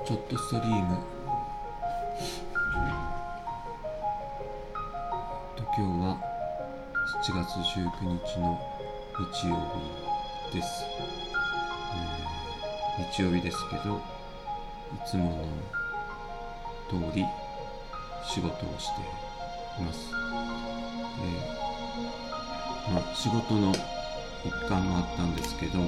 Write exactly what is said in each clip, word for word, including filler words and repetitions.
ちょっとストリームと今日はしちがつじゅうくにちの日曜日です、えー、日曜日ですけどいつもの通り仕事をしています。で、まあ、仕事の一環もあったんですけど、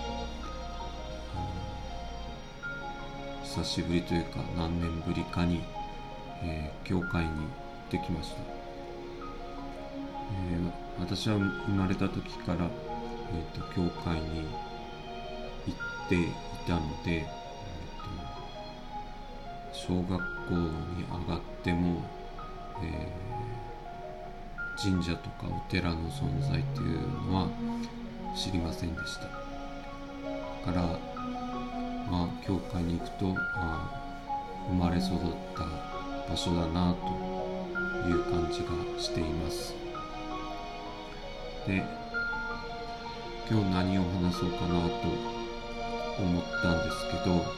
久しぶりというか何年ぶりかに、えー、教会に行ってきました。えー、私は生まれた時から、えーと、教会に行っていたので、えーと、小学校に上がっても、えー、神社とかお寺の存在というのは知りませんでした。だからまあ、教会に行くと、まあ、生まれ育った場所だなという感じがしています。で、今日何を話そうかなと思ったんですけど、あの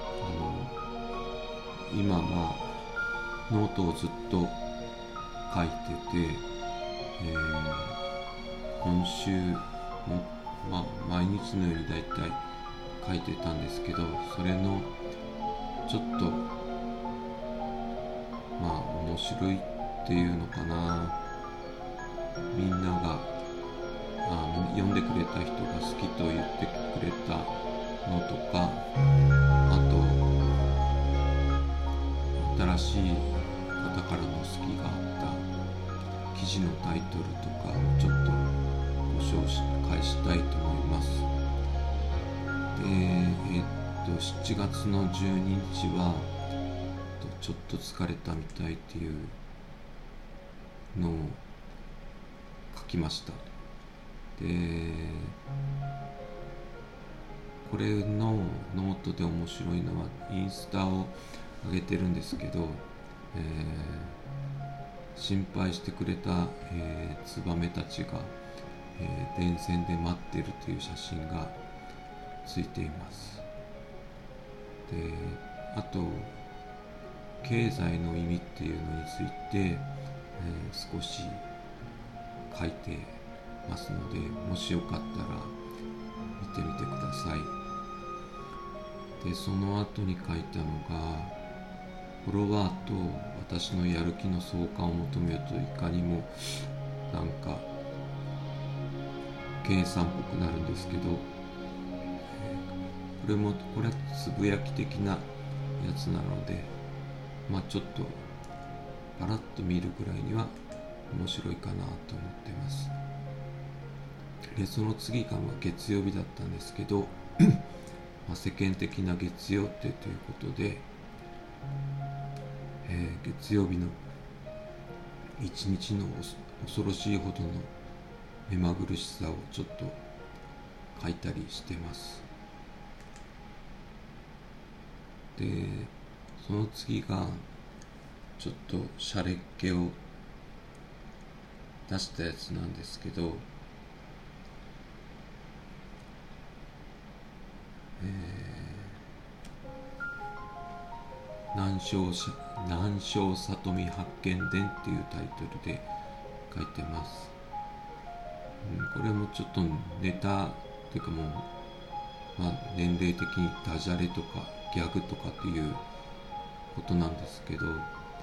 今まあノートをずっと書いてて、えー、今週も、まあ、毎日のようにだいたい書いてたんですけど、それのちょっとまあ面白いっていうのかな、みんながあ読んでくれた人が好きと言ってくれたのとか、あと新しい方からの好きがあった記事のタイトルとかをちょっとご紹介したいと思います。で、えっとしちがつのじゅうににちはちょっと疲れたみたいっていうのを書きました。で、これのノートで面白いのはインスタを上げてるんですけど、えー、心配してくれた、えー、ツバメたちが、えー、電線で待ってるという写真がついています。で、あと経済の意味っていうのについて、えー、少し書いてますので、もしよかったら見てみてください。で、その後に書いたのが、フォロワーと私のやる気の相関を求めるといかにもなんか計算っぽくなるんですけど、これもこれはつぶやき的なやつなので、まあちょっとパラッと見るぐらいには面白いかなと思ってます。で、その次がまあ月曜日だったんですけどまあ世間的な月曜ってということで、えー、月曜日の一日の恐ろしいほどの目まぐるしさをちょっと書いたりしてます。で、その次がちょっとシャレっ気を出したやつなんですけど、えー、南昌し南昌里見八犬伝っていうタイトルで書いてます。うん、これもちょっとネタっていうかもう、まあ、年齢的にダジャレとかギャグとかっていうことなんですけど、えー、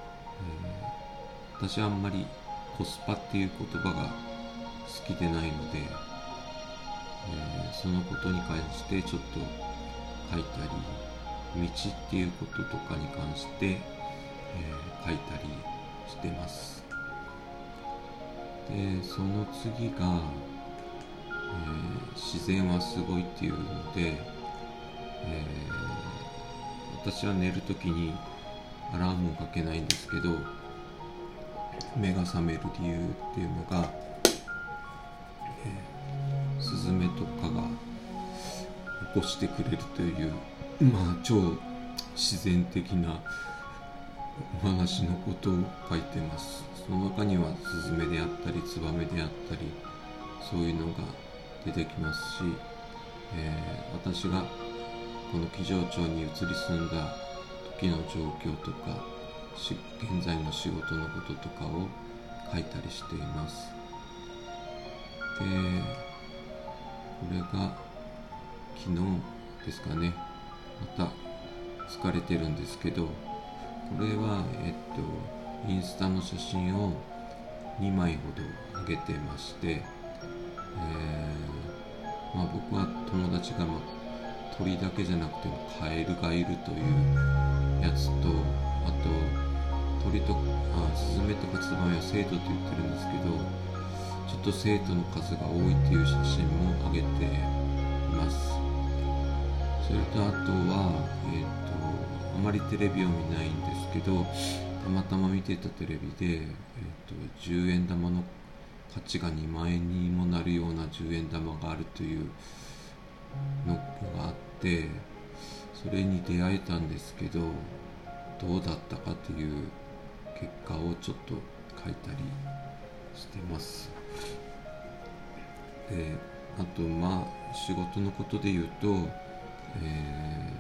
私はあんまりコスパっていう言葉が好きでないので、えー、そのことに関してちょっと書いたり、道っていうこととかに関して、えー、書いたりしてます。で、その次が、えー、自然はすごいっていうので、えー、私は寝るときにアラームをかけないんですけど、目が覚める理由っていうのが、えー、スズメとかが起こしてくれるという、まあ超自然的なお話のことを書いてます。その中にはスズメであったりツバメであったり、そういうのが出てきますし、えー、私がこの木城町に移り住んだ時の状況とかし現在の仕事のこととかを書いたりしています。で、これが昨日ですかね。また疲れてるんですけど、これはえっとインスタの写真をにまいほど上げてまして、えーまあ、僕は友達が、まあ、鳥だけじゃなくてもカエルがいるというやつと、あと鳥とあスズメとかツバメは生徒って言ってるんですけど、ちょっと生徒の数が多いっていう写真も上げています。それとあとは、えー、とあまりテレビを見ないんですけど、たまたま見てたテレビで、えー、とじゅうえん玉の価値がにまんえんにもなるようなじゅうえん玉があるというのがあって、それに出会えたんですけど、どうだったかという結果をちょっと書いたりしてます。で、あとまあ仕事のことで言うと、え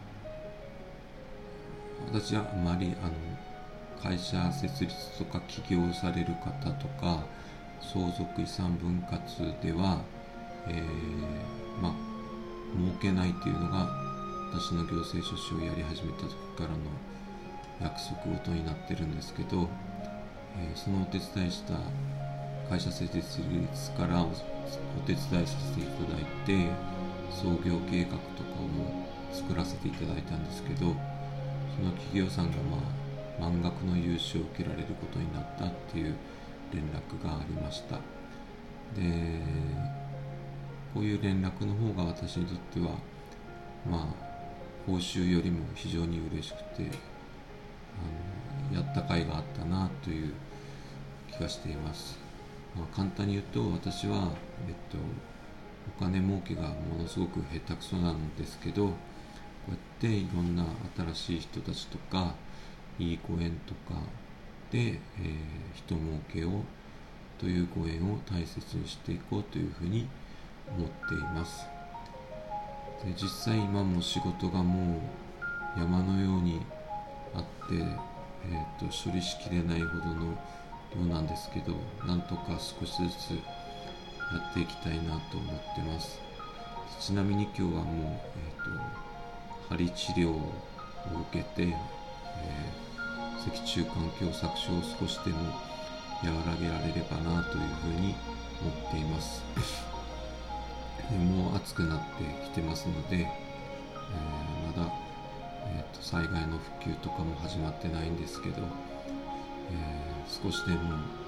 ー、私はあまりあの会社設立とか起業される方とか相続遺産分割では、えー、まあ儲けないというのが私の行政書士をやり始めた時からの約束事になってるんですけど、えー、そのお手伝いした会社設立からお手伝いさせていただいて、創業計画とかをも作らせていただいたんですけど、その企業さんがまあ満額の融資を受けられることになったっていう連絡がありました。で、こういう連絡の方が私にとってはまあ報酬よりも非常に嬉しくて、あのやった甲斐があったなという気がしています。まあ、簡単に言うと、私は、えっと、お金儲けがものすごく下手くそなんですけど、こうやっていろんな新しい人たちとかいいご縁とかで、えー、人儲けをというご縁を大切にしていこうというふうに思っています。で、実際今も仕事がもう山のようにあって、えー、と処理しきれないほどの量なんですけど、なんとか少しずつやっていきたいなと思ってます。ちなみに今日はもう、えー、と針治療を受けて、えー、脊柱管狭窄症を少しでも和らげられればなというふうに思っています。でもう暑くなってきてますので、えー、まだ、えー、と災害の復旧とかも始まってないんですけど、えー、少しでも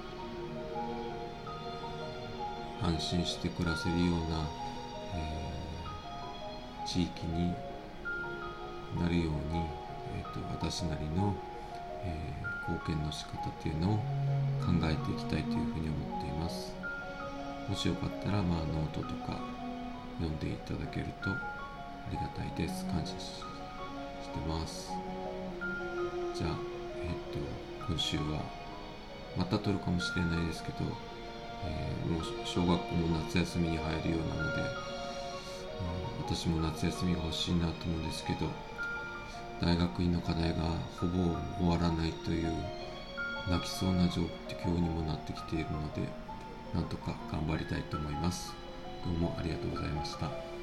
安心して暮らせるような、えー、地域になるように、えー、と私なりの、えー、貢献の仕方っていうのを考えていきたいというふうに思っています。もしよかったら、まあ、ノートとか読んでいただけるとありがたいです。感謝 し, してます。じゃあ、えっ、と今週はまた撮るかもしれないですけど、えー、もう小学校も夏休みに入るようなので、うん、私も夏休みが欲しいなと思うんですけど、大学院の課題がほぼ終わらないという泣きそうな状況にもなってきているので、なんとか頑張りたいと思います。どうもありがとうございました。